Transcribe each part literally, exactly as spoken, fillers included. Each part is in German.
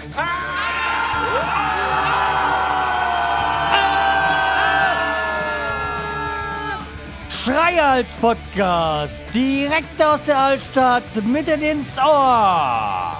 Schreihals Podcast, direkt aus der Altstadt, mitten ins Ohr.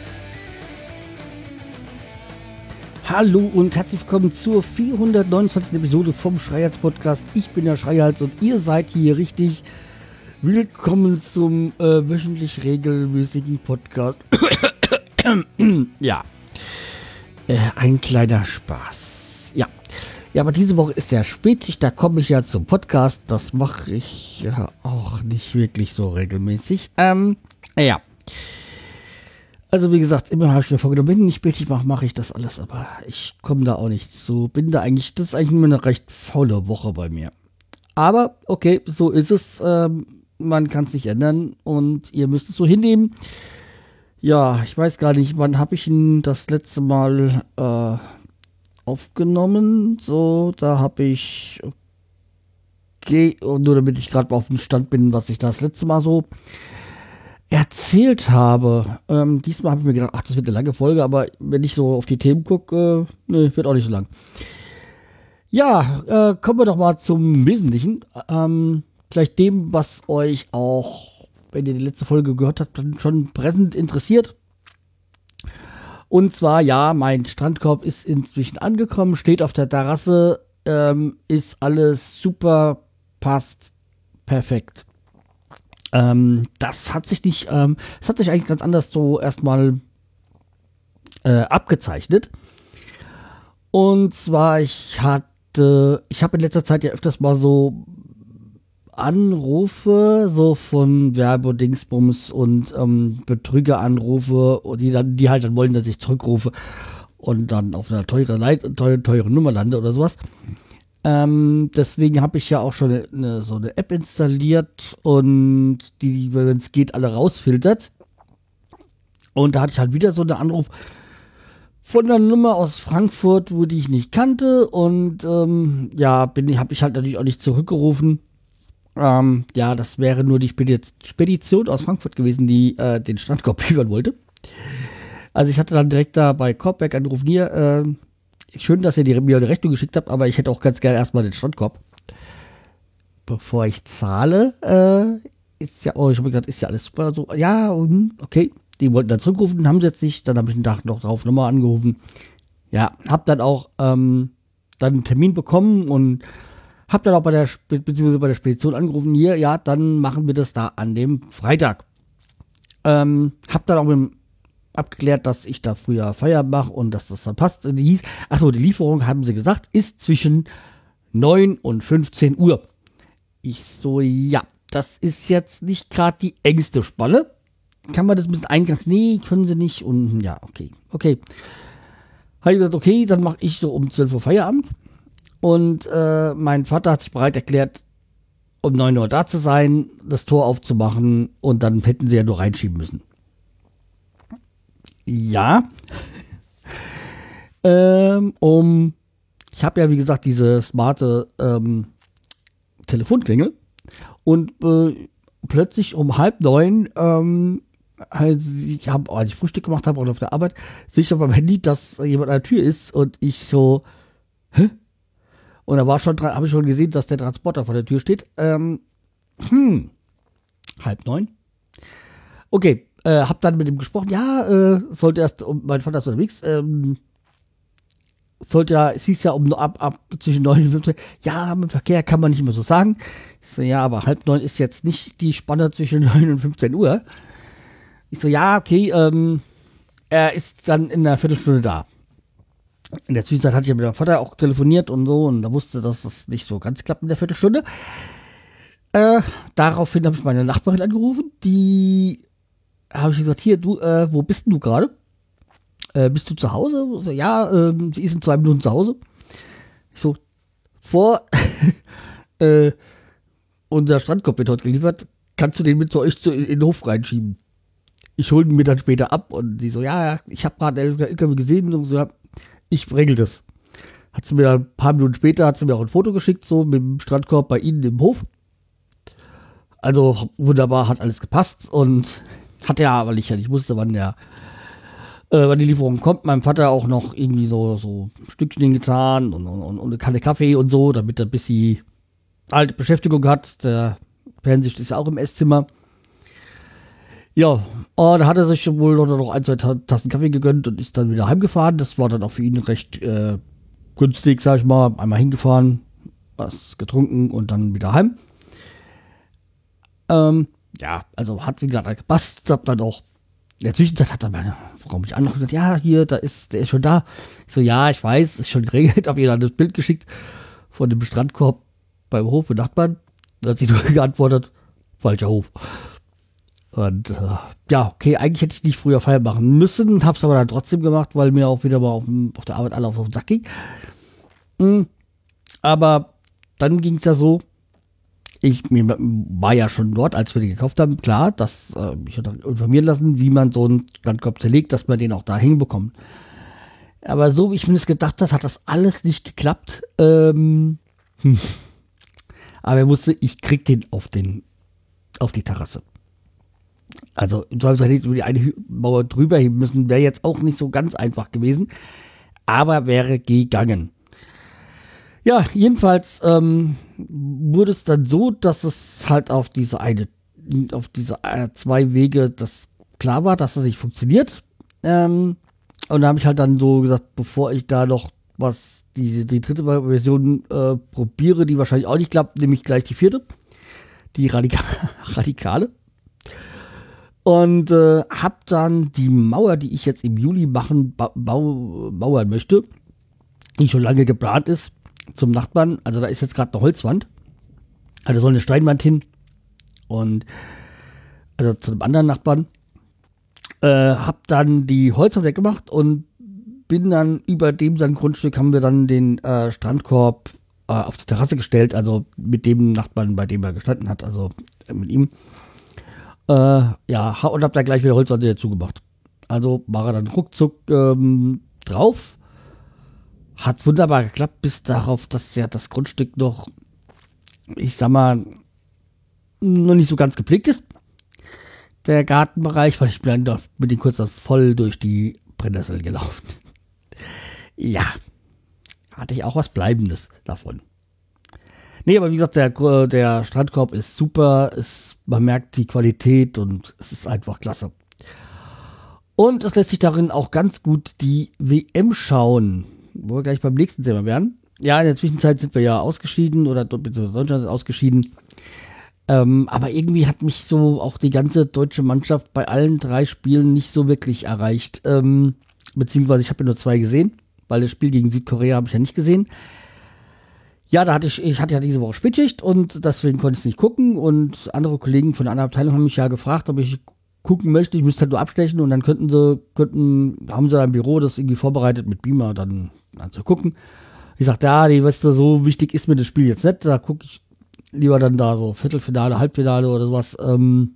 Hallo und herzlich willkommen zur vierhundertneunundzwanzigsten Episode vom Schreihals Podcast. Ich bin der Schreihals und ihr seid hier richtig. Willkommen zum äh, wöchentlich regelmäßigen Podcast. Ja, äh, ein kleiner Spaß. Ja. Ja, aber diese Woche ist ja Spätschicht, da komme ich ja zum Podcast. Das mache ich ja auch nicht wirklich so regelmäßig. Ähm, ja. Also wie gesagt, immer habe ich mir vorgenommen, wenn ich Spätschicht mache, mache ich das alles. Aber ich komme da auch nicht zu. Bin da eigentlich, das ist eigentlich immer eine recht faule Woche bei mir. Aber okay, so ist es. Ähm, man kann es nicht ändern und ihr müsst es so hinnehmen. Ja, ich weiß gar nicht, wann habe ich ihn das letzte Mal äh, aufgenommen, so, da habe ich, okay, nur damit ich gerade mal auf dem Stand bin, was ich das letzte Mal so erzählt habe. Ähm, diesmal habe ich mir gedacht, ach, das wird eine lange Folge, aber wenn ich so auf die Themen gucke, äh, ne, wird auch nicht so lang. Ja, äh, kommen wir doch mal zum Wesentlichen, ähm, vielleicht dem, was euch auch, wenn ihr die letzte Folge gehört habt, schon präsent interessiert. Und zwar, ja, mein Strandkorb ist inzwischen angekommen, steht auf der Terrasse, ähm, ist alles super, passt perfekt. Ähm, das hat sich nicht, ähm, das hat sich eigentlich ganz anders so erstmal äh, abgezeichnet. Und zwar, ich hatte, ich habe in letzter Zeit ja öfters mal so Anrufe, so von Werbedingsbums und ähm, Betrügeranrufe, die dann, die halt dann wollen, dass ich zurückrufe und dann auf einer teuren Leit- teure, teure Nummer lande oder sowas. Ähm, deswegen habe ich ja auch schon eine, eine, so eine App installiert und die, wenn es geht, alle rausfiltert. Und da hatte ich halt wieder so einen Anruf von einer Nummer aus Frankfurt, wo die ich nicht kannte und ähm, ja, bin, habe ich halt natürlich auch nicht zurückgerufen. Ähm, ja, das wäre nur die Spedition aus Frankfurt gewesen, die äh, den Strandkorb liefern wollte. Also ich hatte dann direkt da bei Korbberg angerufen, hier, äh, schön, dass ihr die, mir eine Rechnung geschickt habt, aber ich hätte auch ganz gerne erstmal den Strandkorb. Bevor ich zahle, äh, ist ja, oh, ich habe gesagt, ist ja alles super, so, ja, und, okay, die wollten dann zurückrufen, haben sie jetzt nicht, dann habe ich den Tag noch drauf nochmal angerufen. Ja, hab dann auch, ähm, dann einen Termin bekommen und hab dann auch bei der, beziehungsweise bei der Spedition angerufen, hier, ja, dann machen wir das da an dem Freitag. Ähm, hab dann auch mit dem abgeklärt, dass ich da früher Feierabend mache und dass das dann passt. Die hieß, achso, die Lieferung, haben sie gesagt, ist zwischen neun und fünfzehn Uhr. Ich so, ja, das ist jetzt nicht gerade die engste Spanne. Kann man das ein bisschen eingrenzen? Nee, können sie nicht. Und ja, okay, okay. Habe ich gesagt, okay, dann mache ich so um zwölf Uhr Feierabend. Und äh, mein Vater hat sich bereit erklärt, um neun Uhr da zu sein, das Tor aufzumachen und dann hätten sie ja nur reinschieben müssen. Ja. ähm, um, ich habe ja wie gesagt diese smarte ähm, Telefonklingel und äh, plötzlich um halb neun, ähm, halt, ich habe, als ich Frühstück gemacht habe und auf der Arbeit, sehe ich auf meinem Handy, dass jemand an der Tür ist und ich so, hä? Und da war schon, habe ich schon gesehen, dass der Transporter vor der Tür steht. Ähm, hm, halb neun. Okay, äh, hab dann mit ihm gesprochen. Ja, äh, sollte erst, um, mein Vater ist unterwegs, ähm, sollte ja, es hieß ja um ab, ab zwischen neun und fünfzehn. Ja, mit dem Verkehr kann man nicht immer so sagen. Ich so, ja, aber halb neun ist jetzt nicht die Spanne zwischen neun und fünfzehn Uhr. Ich so, ja, okay, ähm, er ist dann in einer Viertelstunde da. In der Zwischenzeit hatte ich ja mit meinem Vater auch telefoniert und so und da wusste, dass das nicht so ganz klappt in der Viertelstunde. Äh, daraufhin habe ich meine Nachbarin angerufen, die habe ich gesagt, hier, du, äh, wo bist denn du gerade? Äh, bist du zu Hause? So, ja, äh, sie ist in zwei Minuten zu Hause. Ich so, vor, äh, unser Strandkorb wird heute geliefert, kannst du den mit zu euch zu, in, in den Hof reinschieben? Ich hole ihn mir dann später ab und sie so, ja, ich habe gerade einen L K W gesehen und so, ich regel das. Hat sie mir ein paar Minuten später, hat sie mir auch ein Foto geschickt, so mit dem Strandkorb bei ihnen im Hof. Also wunderbar, hat alles gepasst und hat ja, weil ich ja nicht wusste, wann der äh, wenn die Lieferung kommt, meinem Vater auch noch irgendwie so, so ein Stückchen getan und, und, und eine Kanne Kaffee und so, damit er ein bisschen alte Beschäftigung hat. Der Fernseher ist ja auch im Esszimmer. Ja, und da hat er sich wohl noch ein, zwei Tassen Kaffee gegönnt und ist dann wieder heimgefahren. Das war dann auch für ihn recht äh, günstig, sag ich mal. Einmal hingefahren, was getrunken und dann wieder heim. Ähm, ja, also hat wie gesagt gepasst. Hab dann auch in der Zwischenzeit hat dann meine Frau mich angerufen und gesagt, ja, hier, da ist, der ist schon da. Ich so, ja, ich weiß, ist schon geregelt. Hab ihr dann das Bild geschickt von dem Strandkorb beim Hof für Nachbarn. Da hat sie nur geantwortet, falscher Hof. Und äh, ja, okay, eigentlich hätte ich nicht früher Feier machen müssen, hab's aber dann trotzdem gemacht, weil mir auch wieder mal auf, dem, auf der Arbeit alle auf den Sack ging. Mhm. Aber dann ging es ja so, ich mir war ja schon dort, als wir den gekauft haben, klar, dass äh, ich hatte informieren lassen, wie man so einen Strandkorb zerlegt, dass man den auch da hinbekommt. Aber so wie ich mir das gedacht habe, hat das alles nicht geklappt. Ähm, hm. Aber er wusste, ich krieg den auf den auf die Terrasse. Also im Zweifelsfall hätte ich über die eine Mauer drüber heben müssen, wäre jetzt auch nicht so ganz einfach gewesen, aber wäre gegangen. Ja, jedenfalls ähm, wurde es dann so, dass es halt auf diese eine, auf diese äh, zwei Wege, das klar war, dass das nicht funktioniert. Ähm, und da habe ich halt dann so gesagt, bevor ich da noch was, diese die dritte Version äh, probiere, die wahrscheinlich auch nicht klappt, nehme ich gleich die vierte, die Radika- Radikale. Und äh, habe dann die Mauer, die ich jetzt im Juli machen, ba- bau- bauern möchte, die schon lange geplant ist, zum Nachbarn. Also da ist jetzt gerade eine Holzwand. Also soll eine Steinwand hin. Und also zu einem anderen Nachbarn. Äh, hab dann die Holzwand weggemacht und bin dann über dem sein Grundstück, haben wir dann den äh, Strandkorb äh, auf die Terrasse gestellt. Also mit dem Nachbarn, bei dem er gestanden hat. Also äh, mit ihm. Äh, ja, und hab da gleich wieder Holzwand dazu gemacht. Also war er dann ruckzuck ähm, drauf. Hat wunderbar geklappt, bis darauf, dass ja das Grundstück noch, ich sag mal, noch nicht so ganz gepflegt ist. Der Gartenbereich, weil ich bin dann mit dem kurz voll durch die Brennnessel gelaufen. Ja, hatte ich auch was Bleibendes davon. Nee, aber wie gesagt, der, der Strandkorb ist super, ist, man merkt die Qualität und es ist einfach klasse. Und es lässt sich darin auch ganz gut die W M schauen, wo wir gleich beim nächsten Thema werden. Ja, in der Zwischenzeit sind wir ja ausgeschieden oder beziehungsweise Deutschland ist ausgeschieden. Ähm, aber irgendwie hat mich so auch die ganze deutsche Mannschaft bei allen drei Spielen nicht so wirklich erreicht. Ähm, beziehungsweise ich habe ja nur zwei gesehen, weil das Spiel gegen Südkorea habe ich ja nicht gesehen. Ja, da hatte ich, ich hatte ja diese Woche Spätschicht und deswegen konnte ich es nicht gucken und andere Kollegen von der anderen Abteilung haben mich ja gefragt, ob ich gucken möchte. Ich müsste halt nur abstechen und dann könnten sie, könnten, haben sie im Büro das irgendwie vorbereitet mit Beamer dann, dann zu gucken. Ich sagte, ja, die, weißt du, so wichtig ist mir das Spiel jetzt nicht, da gucke ich lieber dann da so Viertelfinale, Halbfinale oder sowas. Ähm,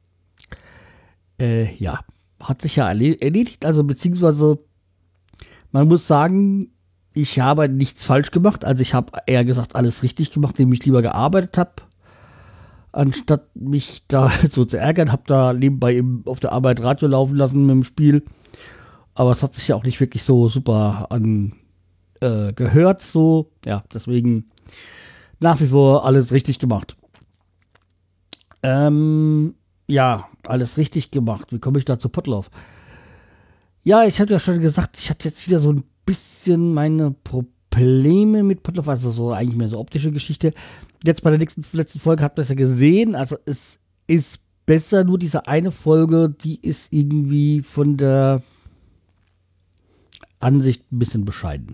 äh, ja, hat sich ja erledigt, also beziehungsweise man muss sagen, ich habe nichts falsch gemacht, also ich habe eher gesagt alles richtig gemacht, indem ich lieber gearbeitet habe, anstatt mich da so zu ärgern, habe da nebenbei eben auf der Arbeit Radio laufen lassen mit dem Spiel, aber es hat sich ja auch nicht wirklich so super an äh, gehört, so, ja, deswegen nach wie vor alles richtig gemacht. Ähm, ja, alles richtig gemacht. Wie komme ich da zu Potlauf? Ja, ich habe ja schon gesagt, ich hatte jetzt wieder so ein bisschen meine Probleme mit Potlauf, also so eigentlich mehr so optische Geschichte. Jetzt bei der nächsten, letzten Folge habt ihr es ja gesehen, also es ist besser, nur diese eine Folge, die ist irgendwie von der Ansicht ein bisschen bescheiden.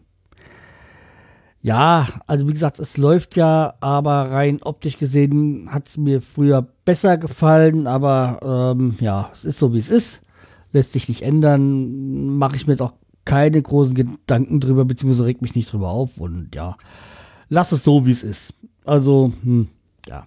Ja, also wie gesagt, es läuft ja, aber rein optisch gesehen hat es mir früher besser gefallen, aber ähm, ja, es ist so wie es ist, lässt sich nicht ändern, mache ich mir jetzt auch keine großen Gedanken drüber, beziehungsweise regt mich nicht drüber auf und ja, lass es so wie es ist. Also, hm, ja.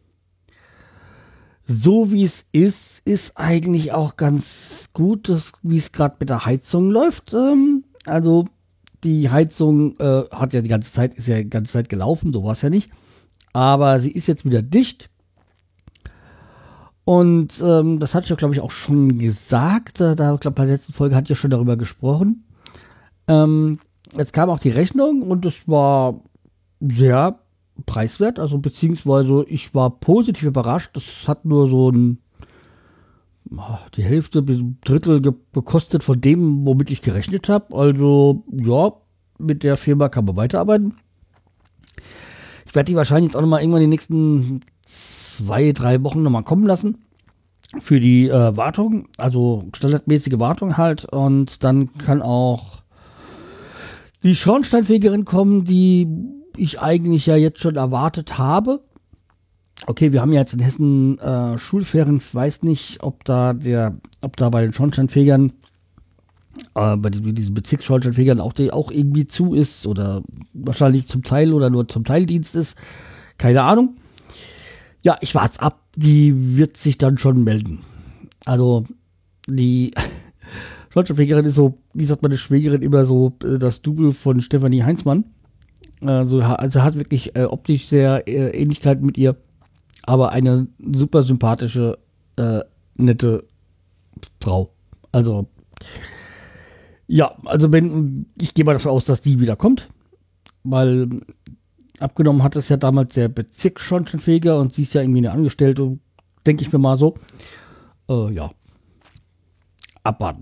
So wie es ist, ist eigentlich auch ganz gut, dass, wie es gerade mit der Heizung läuft. Ähm, also die Heizung äh, hat ja die ganze Zeit, ist ja die ganze Zeit gelaufen, so war es ja nicht. Aber sie ist jetzt wieder dicht. Und ähm, das hatte ich ja, glaube ich, auch schon gesagt. Da, da glaube bei der letzten Folge hatte ich ja schon darüber gesprochen. Ähm, jetzt kam auch die Rechnung und es war sehr preiswert. Also beziehungsweise ich war positiv überrascht. Das hat nur so ein, die Hälfte bis ein Drittel ge- gekostet von dem, womit ich gerechnet habe. Also ja, mit der Firma kann man weiterarbeiten. Ich werde die wahrscheinlich jetzt auch nochmal irgendwann die nächsten zwei, drei Wochen nochmal kommen lassen. Für die äh, Wartung, also standardmäßige Wartung halt. Und dann kann auch die Schornsteinfegerin kommen, die ich eigentlich ja jetzt schon erwartet habe. Okay, wir haben ja jetzt in Hessen äh, Schulferien. Ich weiß nicht, ob da der, ob da bei den Schornsteinfegern, äh, bei die, diesen Bezirksschornsteinfegern auch, die, auch irgendwie zu ist oder wahrscheinlich zum Teil oder nur zum Teildienst ist. Keine Ahnung. Ja, ich warte ab. Die wird sich dann schon melden. Also, die Schornsteinfegerin ist so, wie sagt meine Schwägerin, immer so äh, das Double von Stefanie Heinzmann. Also, also hat wirklich äh, optisch sehr äh, Ähnlichkeit mit ihr. Aber eine super sympathische, äh, nette Frau. Also, ja, also wenn, ich gehe mal davon aus, dass die wieder kommt. Weil abgenommen hat es ja damals der Bezirksschornsteinfeger und sie ist ja irgendwie eine Angestellte, denke ich mir mal so. Äh, ja. Abwarten.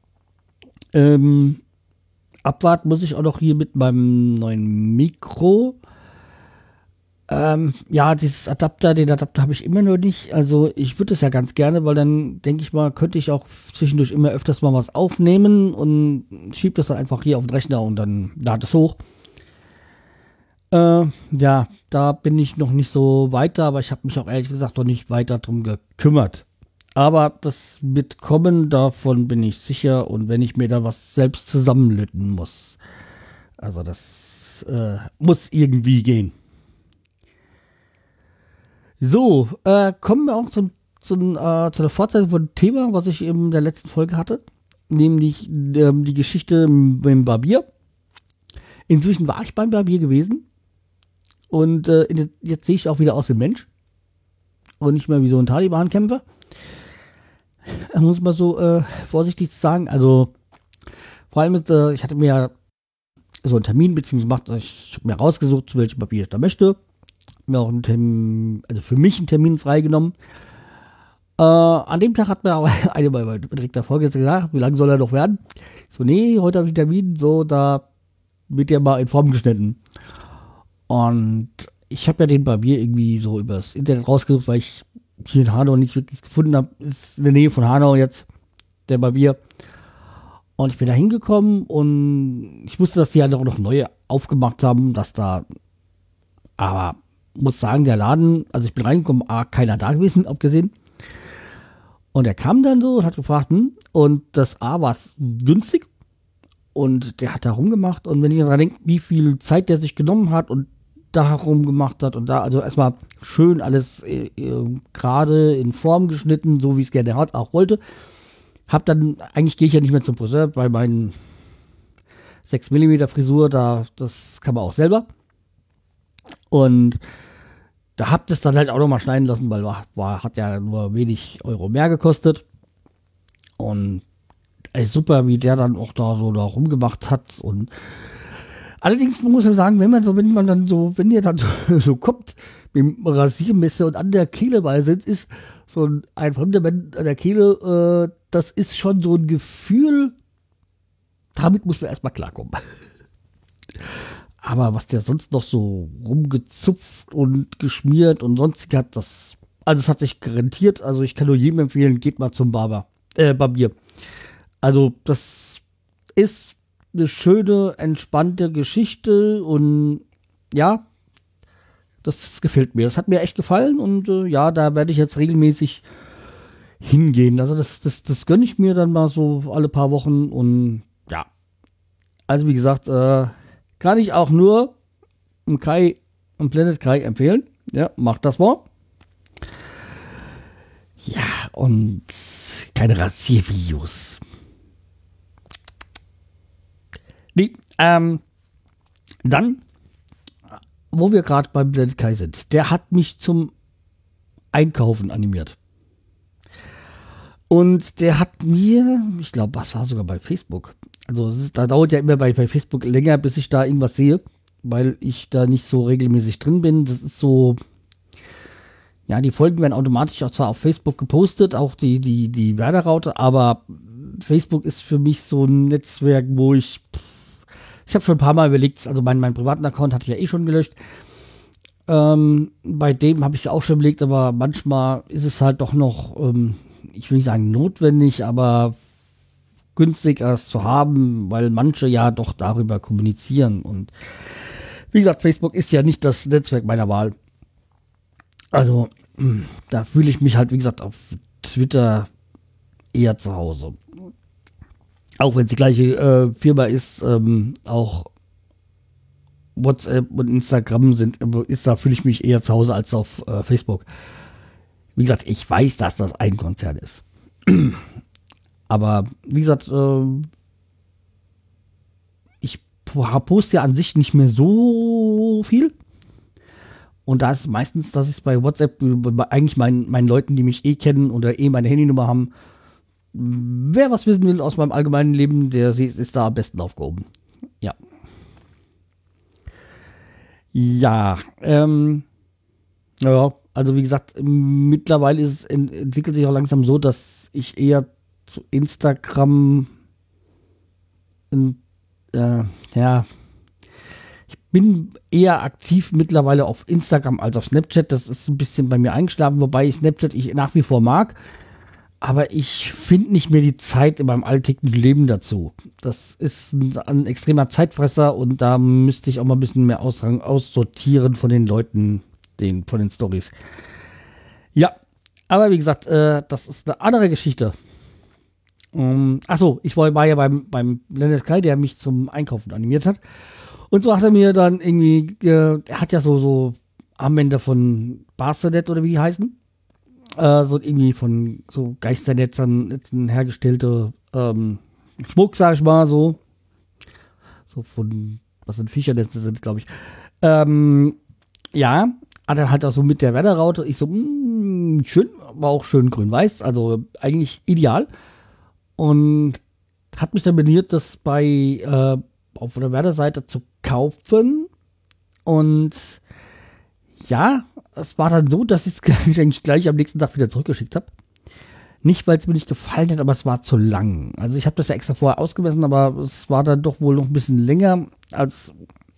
Ähm, abwarten muss ich auch noch hier mit meinem neuen Mikro. Ähm, ja, dieses Adapter, den Adapter habe ich immer noch nicht. Also ich würde es ja ganz gerne, weil dann denke ich mal, könnte ich auch zwischendurch immer öfters mal was aufnehmen und schiebe das dann einfach hier auf den Rechner und dann lade es hoch. Äh, ja, da bin ich noch nicht so weiter, aber ich habe mich auch ehrlich gesagt noch nicht weiter drum gekümmert. Aber das wird kommen, davon bin ich sicher. Und wenn ich mir da was selbst zusammenlöten muss. Also das äh, muss irgendwie gehen. So, äh, kommen wir auch zum, zum, äh, zu der Fortsetzung von dem Thema, was ich in der letzten Folge hatte. Nämlich ähm, die Geschichte mit dem Barbier. Inzwischen war ich beim Barbier gewesen. Und äh, jetzt sehe ich auch wieder aus dem Mensch. Und nicht mehr wie so ein Taliban-Kämpfer. Muss man so äh, vorsichtig sagen. Also, vor allem, mit, äh, ich hatte mir ja so einen Termin, beziehungsweise ich habe mir rausgesucht, zu welchem Papier ich da möchte. Mir auch einen Termin, also für mich einen Termin freigenommen. Äh, an dem Tag hat mir aber eine meiner direkter Vorgesetzter gesagt, wie lange soll er noch werden? Ich so, nee, heute habe ich einen Termin, so, da wird der mal in Form geschnitten. Und ich habe ja den Barbier irgendwie so übers Internet rausgesucht, weil ich hier in Hanau nichts wirklich gefunden habe. Ist in der Nähe von Hanau jetzt der Barbier. Und ich bin da hingekommen und ich wusste, dass die halt auch noch neue aufgemacht haben, dass da, aber muss sagen, der Laden, also ich bin reingekommen, ah, keiner da gewesen, abgesehen. Und er kam dann so und hat gefragt, hm, und das A war günstig und der hat da rumgemacht und wenn ich daran denke, wie viel Zeit der sich genommen hat und da rumgemacht hat und da, also erstmal schön alles äh, äh, gerade in Form geschnitten, so wie es gerne hat, auch wollte. Hab dann, eigentlich gehe ich ja nicht mehr zum Friseur, bei meinen sechs Millimeter Frisur, da, das kann man auch selber. Und da habt es dann halt auch nochmal schneiden lassen, weil war, war, hat ja nur wenig Euro mehr gekostet. Und ey, super, wie der dann auch da so da rumgemacht hat. Und allerdings muss man sagen, wenn man so, wenn man dann so, wenn ihr dann so, so kommt, mit dem Rasiermesser und an der Kehle bei sitzt, ist so ein, ein fremder Mann an der Kehle, äh, das ist schon so ein Gefühl, damit muss man erstmal klarkommen. Aber was der sonst noch so rumgezupft und geschmiert und sonst hat, das, also es hat sich garantiert, also ich kann nur jedem empfehlen, geht mal zum Barber, äh, Barbier. Also das ist eine schöne, entspannte Geschichte und ja, das gefällt mir. Das hat mir echt gefallen und äh, ja, da werde ich jetzt regelmäßig hingehen. Also das, das, das gönne ich mir dann mal so alle paar Wochen und ja. Also wie gesagt, äh, kann ich auch nur im Kai, im Planet Kai empfehlen. Ja, macht das mal. Ja, und keine Rasiervideos. Nee, ähm, dann, wo wir gerade beim Planet Kai sind, der hat mich zum Einkaufen animiert. Und der hat mir, ich glaube, was war sogar bei Facebook. Also es ist, da dauert ja immer bei, bei Facebook länger, bis ich da irgendwas sehe, weil ich da nicht so regelmäßig drin bin. Das ist so, ja, die Folgen werden automatisch auch zwar auf Facebook gepostet, auch die, die, die Werder-Raute, aber Facebook ist für mich so ein Netzwerk, wo ich, ich habe schon ein paar Mal überlegt, also meinen, meinen privaten Account hatte ich ja eh schon gelöscht. Ähm, bei dem habe ich auch schon überlegt, aber manchmal ist es halt doch noch, ähm, ich will nicht sagen notwendig, aber günstig es zu haben, weil manche ja doch darüber kommunizieren. Und wie gesagt, Facebook ist ja nicht das Netzwerk meiner Wahl. Also, da fühle ich mich halt, wie gesagt, auf Twitter eher zu Hause. Auch wenn es die gleiche äh, Firma ist, ähm, auch WhatsApp und Instagram sind, ist da fühle ich mich eher zu Hause als auf äh, Facebook. Wie gesagt, ich weiß, dass das ein Konzern ist. Aber wie gesagt, äh, ich poste ja an sich nicht mehr so viel. Und da ist es meistens, dass ich bei WhatsApp eigentlich meinen, meinen Leuten, die mich eh kennen oder eh meine Handynummer haben, wer was wissen will aus meinem allgemeinen Leben, der ist da am besten aufgehoben. Ja. Ja, ähm, ja, also wie gesagt, mittlerweile ist es, ent- entwickelt sich auch langsam so, dass ich eher zu Instagram, äh, ja, ich bin eher aktiv mittlerweile auf Instagram als auf Snapchat. Das ist ein bisschen bei mir eingeschlafen, wobei ich Snapchat ich nach wie vor mag. Aber ich finde nicht mehr die Zeit in meinem alltäglichen Leben dazu. Das ist ein, ein extremer Zeitfresser und da müsste ich auch mal ein bisschen mehr aus, aussortieren von den Leuten, den, von den Storys. Ja, aber wie gesagt, äh, das ist eine andere Geschichte. Um, achso, ich war, war ja beim, beim Leonard Kai, der mich zum Einkaufen animiert hat. Und so hat er mir dann irgendwie, äh, er hat ja so, so Armbänder von Barcelona oder wie die heißen. Äh, so irgendwie von so Geisternetzern Netzen hergestellte ähm, Schmuck, sag ich mal, so. So von, was sind Fischernetze sind, glaube ich. Ähm, ja, hat er halt auch so mit der Wetterraute. Ich so, mh, schön, aber auch schön grün-weiß, also eigentlich ideal. Und hat mich dann beniert, das bei äh, auf der Werder-Seite zu kaufen. Und ja, es war dann so, dass ich es eigentlich gleich am nächsten Tag wieder zurückgeschickt habe. Nicht, weil es mir nicht gefallen hat, aber es war zu lang. Also ich habe das ja extra vorher ausgemessen, aber es war dann doch wohl noch ein bisschen länger, als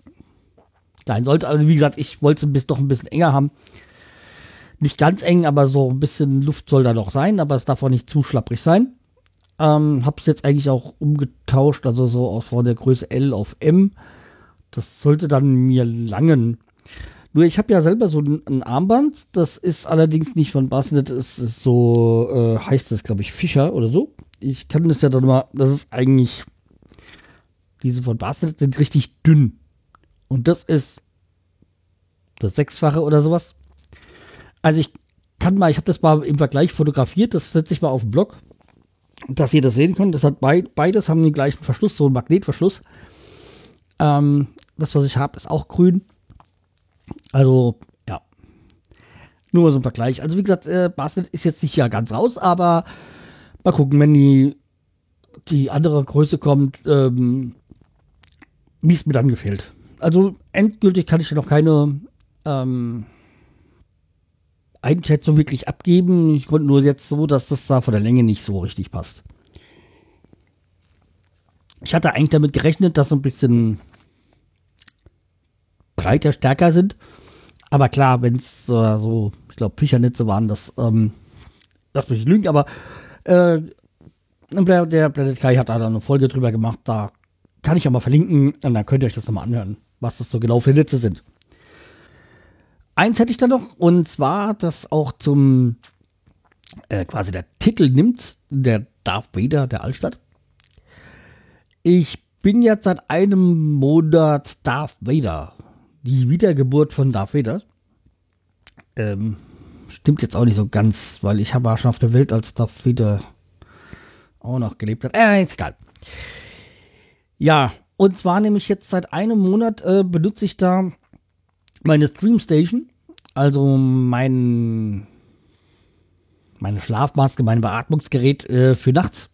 sein sollte. Also wie gesagt, ich wollte es doch ein bisschen enger haben. Nicht ganz eng, aber so ein bisschen Luft soll da noch sein, aber es darf auch nicht zu schlapprig sein. Ähm, hab's jetzt eigentlich auch umgetauscht, also so aus von der Größe L auf M. Das sollte dann mir langen. Nur ich habe ja selber so ein, ein Armband, das ist allerdings nicht von Basnet, es ist so, äh, heißt das glaube ich Fischer oder so. Ich kann das ja dann mal, das ist eigentlich, diese von Basnet sind richtig dünn. Und das ist das Sechsfache oder sowas. Also ich kann mal, ich habe das mal im Vergleich fotografiert, das setze ich mal auf den Blog, dass ihr das sehen könnt. Das hat beid, beides haben den gleichen Verschluss, so einen Magnetverschluss. Ähm, das, was ich habe, ist auch grün. Also, ja. Nur mal so ein Vergleich. Also, wie gesagt, äh, Basnet ist jetzt nicht ja ganz raus, aber mal gucken, wenn die, die andere Größe kommt, ähm, wie es mir dann gefällt. Also, endgültig kann ich noch keine ähm, Einschätzung wirklich abgeben. Ich konnte nur jetzt so, dass das da von der Länge nicht so richtig passt. Ich hatte eigentlich damit gerechnet, dass so ein bisschen breiter, stärker sind. Aber klar, wenn es äh, so, ich glaube, Fischernetze waren, das, ähm, das möchte ich lügen, aber äh, der, der Planet Kai hat da eine Folge drüber gemacht, da kann ich ja mal verlinken und dann könnt ihr euch das nochmal anhören, was das so genau für Netze sind. Eins hätte ich da noch, und zwar, dass auch zum, äh, quasi der Titel nimmt, der Darth Vader der Altstadt. Ich bin jetzt seit einem Monat Darth Vader. Die Wiedergeburt von Darth Vader. Ähm, stimmt jetzt auch nicht so ganz, weil ich habe ja schon auf der Welt, als Darth Vader auch noch gelebt hat. Äh, ist egal. Ja, und zwar nämlich jetzt seit einem Monat äh, benutze ich da meine Streamstation, also mein meine Schlafmaske, mein Beatmungsgerät äh, für nachts.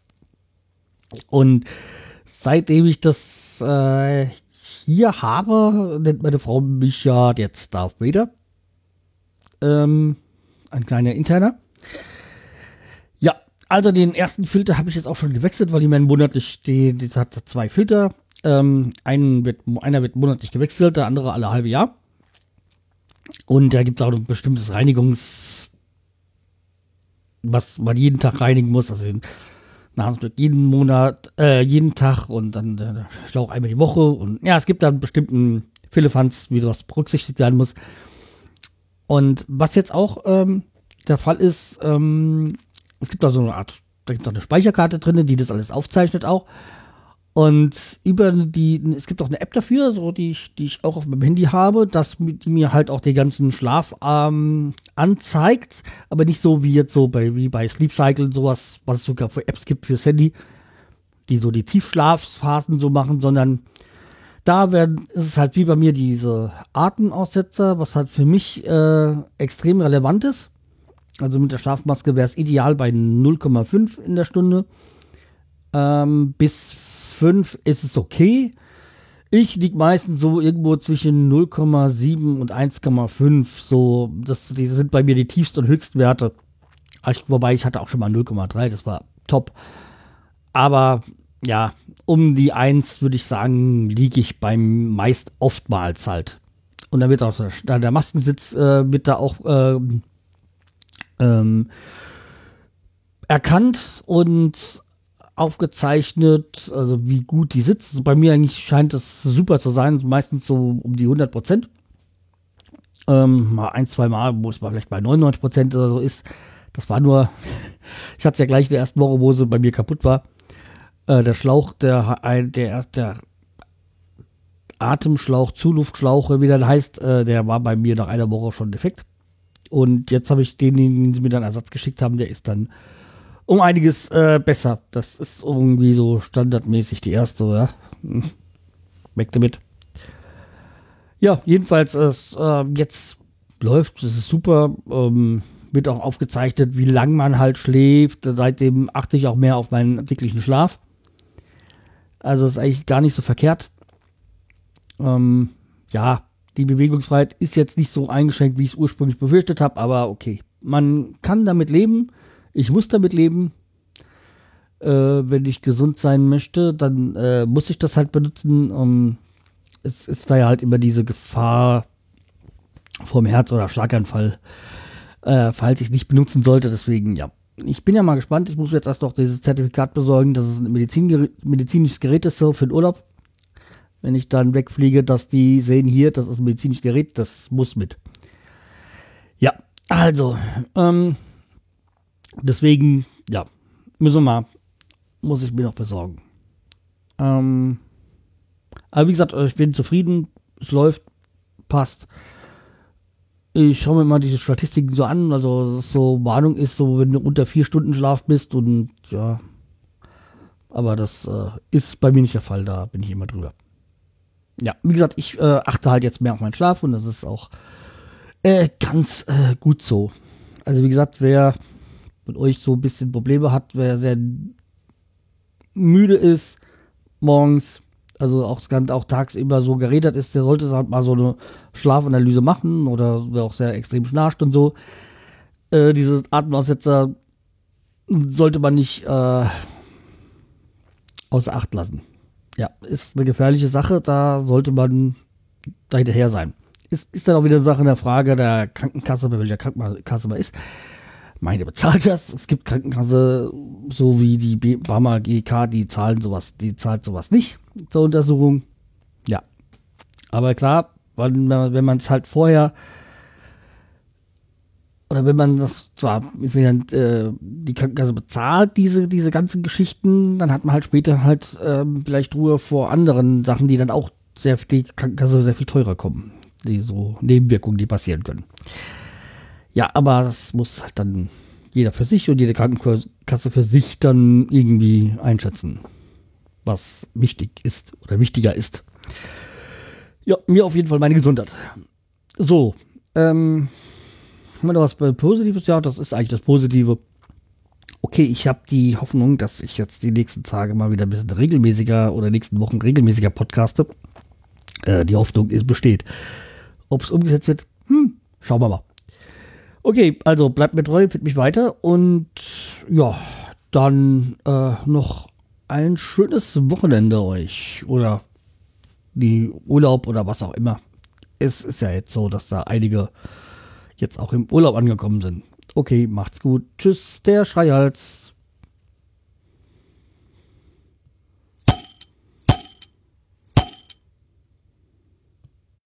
Und seitdem ich das äh, hier habe, nennt meine Frau mich ja jetzt Darth Vader. Ähm, ein kleiner interner. Ja, also den ersten Filter habe ich jetzt auch schon gewechselt, weil ich mir monatlich, die, die hat zwei Filter. Ähm, einen wird, einer wird monatlich gewechselt, der andere alle halbe Jahr. Und da gibt es auch ein bestimmtes Reinigungs, was man jeden Tag reinigen muss, also den Nasenstück jeden Monat, äh, jeden Tag und dann der Schlauch einmal die Woche. Und ja, es gibt da einen bestimmten Firlefanz, wie das berücksichtigt werden muss. Und was jetzt auch ähm, der Fall ist, ähm, es gibt da so eine Art, da gibt es auch eine Speicherkarte drin, die das alles aufzeichnet auch. Und über die, es gibt auch eine App dafür, so die ich, die ich auch auf meinem Handy habe, dass die mir halt auch den ganzen Schlaf ähm, anzeigt, aber nicht so wie jetzt so bei wie bei Sleep Cycle sowas, was es sogar für Apps gibt fürs Handy, die so die Tiefschlafphasen so machen, sondern da werden, ist es halt wie bei mir diese Atemaussetzer, was halt für mich äh, extrem relevant ist. Also mit der Schlafmaske wäre es ideal bei null Komma fünf in der Stunde. Ähm, bis fünf ist es okay. Ich liege meistens so irgendwo zwischen null Komma sieben und eins Komma fünf. So, das, die sind bei mir die tiefsten und höchsten Werte. Ich, wobei ich hatte auch schon mal null Komma drei, das war top. Aber ja, um die eins würde ich sagen, liege ich beim meist oftmals halt. Und dann wird auch der, der Maskensitz äh, wird da auch äh, ähm, erkannt und aufgezeichnet, also wie gut die sitzt. Bei mir eigentlich scheint das super zu sein, meistens so um die hundert Prozent. Ähm, mal ein, zwei Mal, wo es mal vielleicht bei neunundneunzig Prozent oder so ist. Das war nur, ich hatte es ja gleich in der ersten Woche, wo sie bei mir kaputt war. Äh, der Schlauch, der, der, der Atemschlauch, Zuluftschlauch, wie der heißt, äh, der war bei mir nach einer Woche schon defekt. Und jetzt habe ich den, den sie mir dann Ersatz geschickt haben, der ist dann um einiges äh, besser. Das ist irgendwie so standardmäßig die erste, ja. Hm. Weg damit. Ja, jedenfalls, es, äh, jetzt läuft, das ist super. Ähm, wird auch aufgezeichnet, wie lang man halt schläft. Seitdem achte ich auch mehr auf meinen täglichen Schlaf. Also ist eigentlich gar nicht so verkehrt. Ähm, ja, die Bewegungsfreiheit ist jetzt nicht so eingeschränkt, wie ich es ursprünglich befürchtet habe, aber okay. Man kann damit leben. Ich muss damit leben. Äh, wenn ich gesund sein möchte, dann äh, muss ich das halt benutzen. Um, es ist da ja halt immer diese Gefahr vom Herz- oder Schlaganfall, äh, falls ich es nicht benutzen sollte. Deswegen, ja. Ich bin ja mal gespannt. Ich muss jetzt erst noch dieses Zertifikat besorgen, dass es ein Medizin, medizinisches Gerät ist, so für den Urlaub. Wenn ich dann wegfliege, dass die sehen hier, das ist ein medizinisches Gerät, das muss mit. Ja, also, ähm, deswegen, ja, müssen wir mal, muss ich mir noch besorgen. Ähm, aber wie gesagt, ich bin zufrieden, es läuft, passt. Ich schaue mir mal diese Statistiken so an, also so Warnung ist so, wenn du unter vier Stunden Schlaf bist und ja, aber das äh, ist bei mir nicht der Fall, da bin ich immer drüber. Ja, wie gesagt, ich äh, achte halt jetzt mehr auf meinen Schlaf und das ist auch äh, ganz äh, gut so. Also wie gesagt, wer mit euch so ein bisschen Probleme hat, wer sehr müde ist morgens, also auch, auch tagsüber so geredet ist, der sollte halt mal so eine Schlafanalyse machen oder wer auch sehr extrem schnarcht und so. Äh, diese Atemaussetzer sollte man nicht äh, außer Acht lassen. Ja, ist eine gefährliche Sache, da sollte man da hinterher sein. Ist, ist dann auch wieder eine Sache der Frage der Krankenkasse, bei welcher Krankenkasse man ist. Meine bezahlt das. Es gibt Krankenkasse, so wie die Barmer G K, die zahlen sowas, die zahlt sowas nicht zur Untersuchung. Ja. Aber klar, wenn man es halt vorher oder wenn man das zwar, wenn äh, die Krankenkasse bezahlt, diese, diese ganzen Geschichten, dann hat man halt später halt ähm, vielleicht Ruhe vor anderen Sachen, die dann auch sehr die Krankenkasse sehr viel teurer kommen. Die so Nebenwirkungen, die passieren können. Ja, aber das muss halt dann jeder für sich und jede Krankenkasse für sich dann irgendwie einschätzen, was wichtig ist oder wichtiger ist. Ja, mir auf jeden Fall meine Gesundheit. So, ähm, haben wir da was Positives? Ja, das ist eigentlich das Positive. Okay, ich habe die Hoffnung, dass ich jetzt die nächsten Tage mal wieder ein bisschen regelmäßiger oder nächsten Wochen regelmäßiger podcaste. Äh, die Hoffnung ist besteht. Ob es umgesetzt wird, hm, schauen wir mal. Okay, also bleibt mir treu, findet mich weiter und ja, dann äh, noch ein schönes Wochenende euch oder die Urlaub oder was auch immer. Es ist ja jetzt so, dass da einige jetzt auch im Urlaub angekommen sind. Okay, macht's gut. Tschüss, der Schreihals.